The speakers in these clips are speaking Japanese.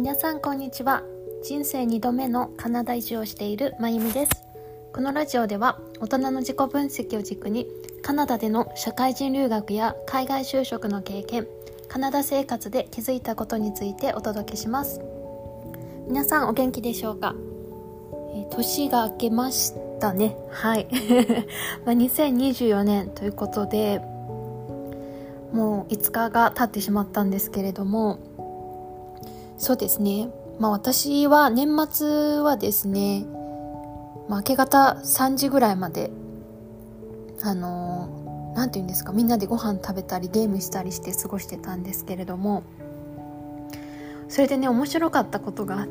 皆さんこんにちは。人生2度目のカナダ移住をしているまゆみです。このラジオでは大人の自己分析を軸にカナダでの社会人留学や海外就職の経験、カナダ生活で気づいたことについてお届けします。皆さんお元気でしょうか？年が明けましたね。はい、2024年ということでもう5日が経ってしまったんですけれども、そうですね、私は年末はですね、明け方3時ぐらいまでなんていうんですか、みんなでご飯食べたりゲームしたりして過ごしてたんですけれども、それでね面白かったことがあって、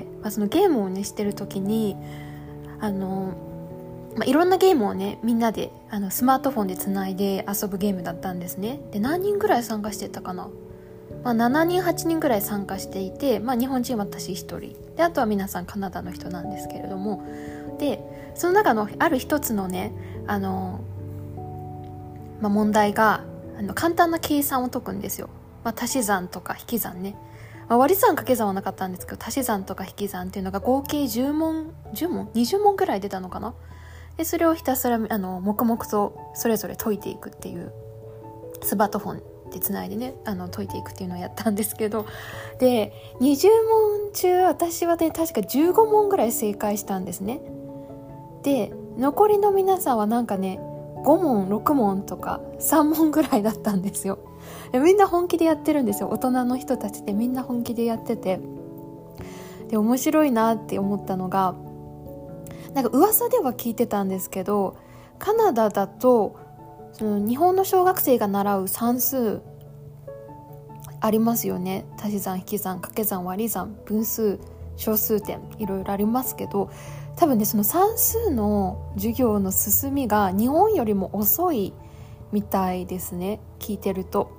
そのゲームをねしてる時にいろんなゲームをねみんなでスマートフォンでつないで遊ぶゲームだったんですね。で、何人ぐらい参加してたかな、7人8人ぐらい参加していて、日本人私1人で、あとは皆さんカナダの人なんですけれども、でその中のある一つのね問題が簡単な計算を解くんですよ。足し算とか引き算ね、割り算掛け算はなかったんですけど、足し算とか引き算っていうのが合計10問20問ぐらい出たのかな。でそれをひたすら黙々とそれぞれ解いていくっていう、スマートフォンでつないでね解いていくっていうのをやったんですけど、で20問中私はね確か15問ぐらい正解したんですね。で残りの皆さんはなんかね5問6問とか3問ぐらいだったんですよ。でみんな本気でやってるんですよ。大人の人たちでみんな本気でやってて、で面白いなって思ったのが、なんか噂では聞いてたんですけど、カナダだとその日本の小学生が習う算数ありますよね。足し算引き算掛け算割り算分数小数点いろいろありますけど、多分ねその算数の授業の進みが日本よりも遅いみたいですね、聞いてると。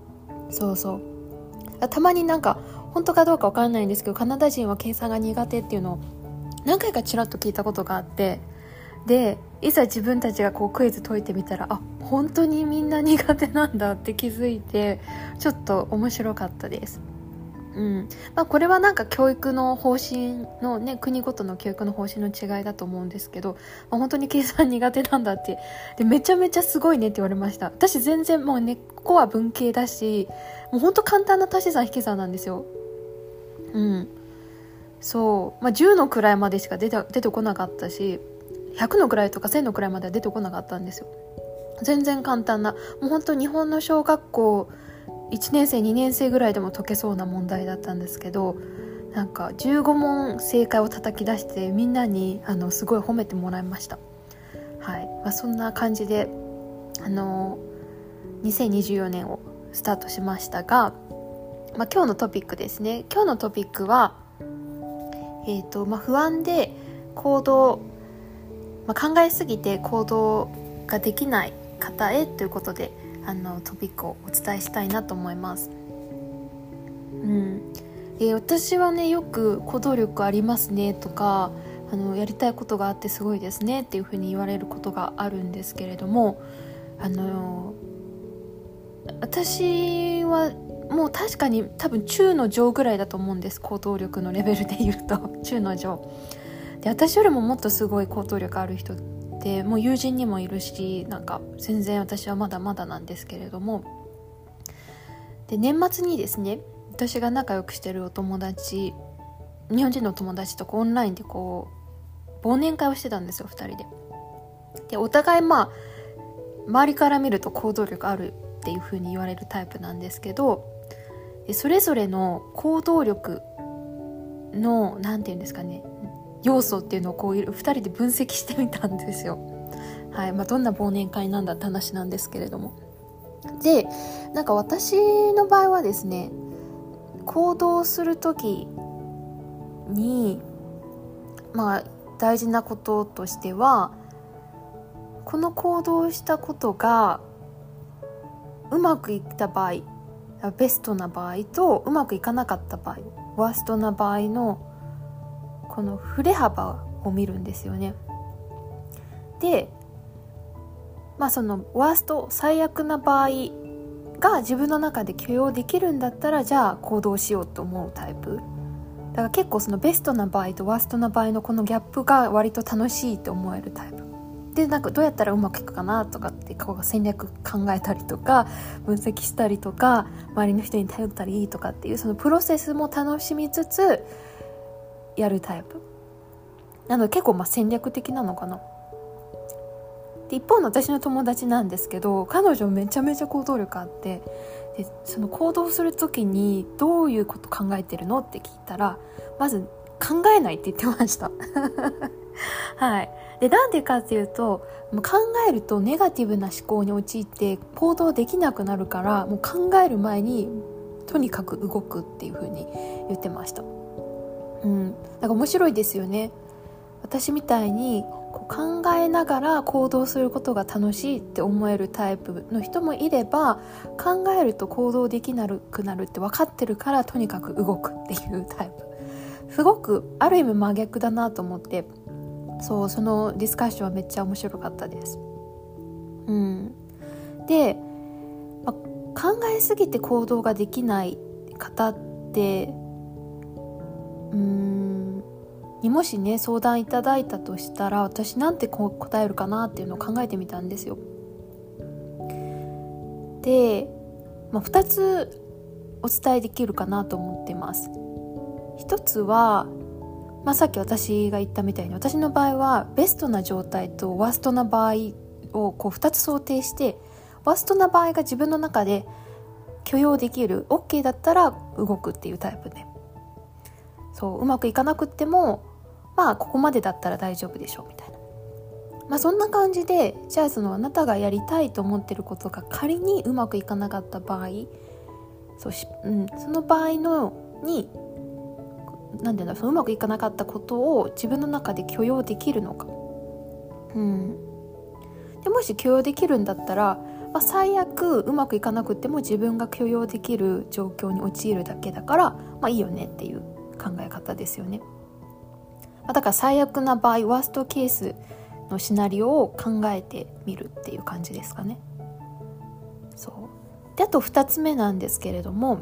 たまになんか本当かどうかわかんないんですけど、カナダ人は計算が苦手っていうのを何回かちらっと聞いたことがあって、でいざ自分たちがこうクイズ解いてみたら、本当にみんな苦手なんだって気づいて、ちょっと面白かったです。これはなんか教育の方針のね、国ごとの教育の方針の違いだと思うんですけど、本当に計算苦手なんだって、でめちゃめちゃすごいねって言われました。私全然もうね、ここは文系だし、もう本当簡単な足し算引き算なんですよ。10の位までしか出てこなかったし、100の位とか1000の位までは出てこなかったんですよ。全然簡単な、もう本当日本の小学校1年生2年生ぐらいでも解けそうな問題だったんですけど、なんか15問正解を叩き出してみんなにすごい褒めてもらいました。そんな感じで2024年をスタートしましたが、今日のトピックですね。今日のトピックは不安で行動、考えすぎて行動ができない方へということでトピックをお伝えしたいなと思います。私はねよく行動力ありますねとかやりたいことがあってすごいですねっていうふうに言われることがあるんですけれども、私はもう確かに多分中の上ぐらいだと思うんです。行動力のレベルで言うと中の上で、私よりももっとすごい行動力ある人ってもう友人にもいるし、なんか全然私はまだまだなんですけれども、で年末にですね、私が仲良くしてるお友達、日本人のお友達とオンラインで忘年会をしてたんですよ、2人で。でお互い周りから見ると行動力あるっていう風に言われるタイプなんですけど、それぞれの行動力のなんていうんですかね、要素っていうのを2人で分析してみたんですよ。どんな忘年会なんだって話なんですけれども、でなんか私の場合はですね、行動するときに大事なこととしては、この行動をしたことがうまくいった場合、ベストな場合とうまくいかなかった場合、ワーストな場合のこの振れ幅を見るんですよね。でそのワースト、最悪な場合が自分の中で許容できるんだったら、じゃあ行動しようと思うタイプだから結構そのベストな場合とワーストな場合のこのギャップが割と楽しいって思えるタイプで、なんかどうやったらうまくいくかなとかってこう戦略考えたりとか分析したりとか周りの人に頼ったりとかっていうそのプロセスも楽しみつつやるタイプなので結構戦略的なのかな。で一方の私の友達なんですけど、彼女めちゃめちゃ行動力あって、でその行動する時にどういうこと考えてるのって聞いたら、まず考えないって言ってましたはい。でなんでかっていうと、もう考えるとネガティブな思考に陥って行動できなくなるから、もう考える前にとにかく動くっていう風に言ってました。なんか面白いですよね。私みたいにこう考えながら行動することが楽しいって思えるタイプの人もいれば、考えると行動できなくなるって分かってるからとにかく動くっていうタイプ、すごくある意味真逆だなと思って、そのディスカッションはめっちゃ面白かったです。で、考えすぎて行動ができない方ってにもしね相談いただいたとしたら、私なんて答えるかなっていうのを考えてみたんですよ。で、2つお伝えできるかなと思ってます。一つは、さっき私が言ったみたいに、私の場合はベストな状態とワーストな場合をこう2つ想定して、ワーストな場合が自分の中で許容できる OK だったら動くっていうタイプで、うまくいかなくってもここまでだったら大丈夫でしょうみたいな、そんな感じで、じゃああなたがやりたいと思ってることが仮にうまくいかなかった場合、その場合になんでうまくいかなかったことを自分の中で許容できるのか、でもし許容できるんだったら、最悪うまくいかなくても自分が許容できる状況に陥るだけだから、いいよねっていう考え方ですよね。だから最悪な場合、ワーストケースのシナリオを考えてみるっていう感じですかね。であと2つ目なんですけれども、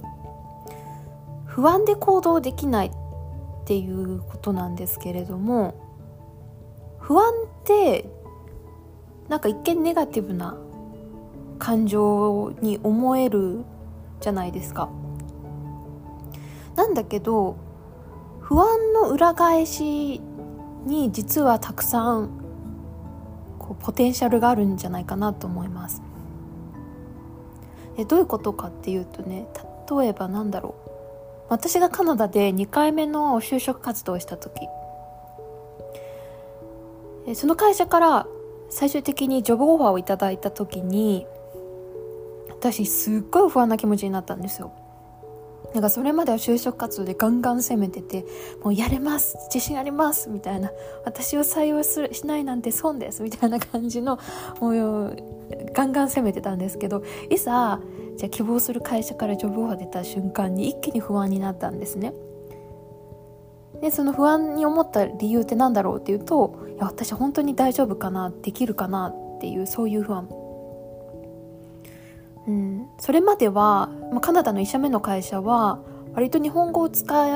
不安で行動できないっていうことなんですけれども、不安ってなんか一見ネガティブな感情に思えるじゃないですか。なんだけど不安の裏返しに実はたくさんポテンシャルがあるんじゃないかなと思います。どういうことかっていうとね、例えば私がカナダで2回目の就職活動をした時、その会社から最終的にジョブオファーをいただいた時に、私すっごい不安な気持ちになったんですよ。なんかそれまでは就職活動でガンガン攻めてて、もうやれます、自信ありますみたいな、私を採用しないなんて損ですみたいな感じの、もうガンガン攻めてたんですけど、いざじゃあ希望する会社からジョブオファー出た瞬間に一気に不安になったんですね。でその不安に思った理由ってなんだろうっていうと、いや私本当に大丈夫かな、できるかなっていう、そういう不安。それまでは、カナダの1社目の会社は割と日本語を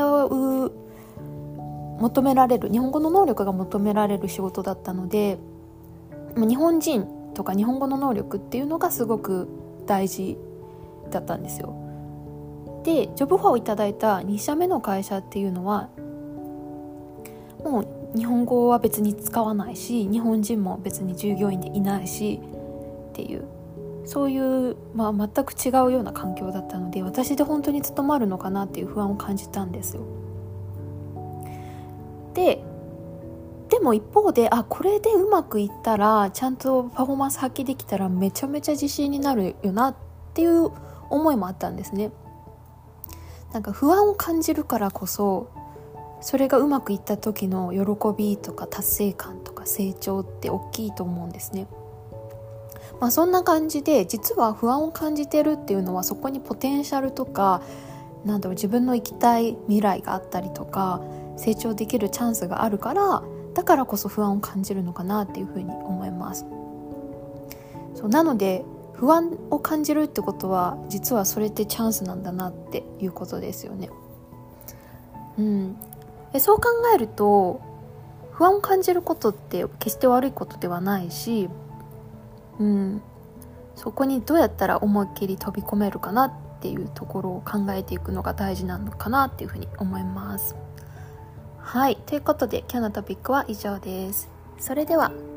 求められる、日本語の能力が求められる仕事だったので、日本人とか日本語の能力っていうのがすごく大事だったんですよ。でジョブオファーをいただいた2社目の会社っていうのは、もう日本語は別に使わないし、日本人も別に従業員でいないしっていう、そういう、全く違うような環境だったので、私で本当に務まるのかなっていう不安を感じたんですよ。でも一方で、これでうまくいったら、ちゃんとパフォーマンス発揮できたらめちゃめちゃ自信になるよなっていう思いもあったんですね。なんか不安を感じるからこそ、それがうまくいった時の喜びとか達成感とか成長って大きいと思うんですね。そんな感じで、実は不安を感じてるっていうのは、そこにポテンシャルとか自分の生きたい未来があったりとか、成長できるチャンスがあるから、だからこそ不安を感じるのかなっていうふうに思います。なので不安を感じるってことは、実はそれってチャンスなんだなっていうことですよね。 そう考えると不安を感じることって決して悪いことではないし、そこにどうやったら思いっきり飛び込めるかなっていうところを考えていくのが大事なのかなっていうふうに思います。はい、ということで今日のトピックは以上です。それでは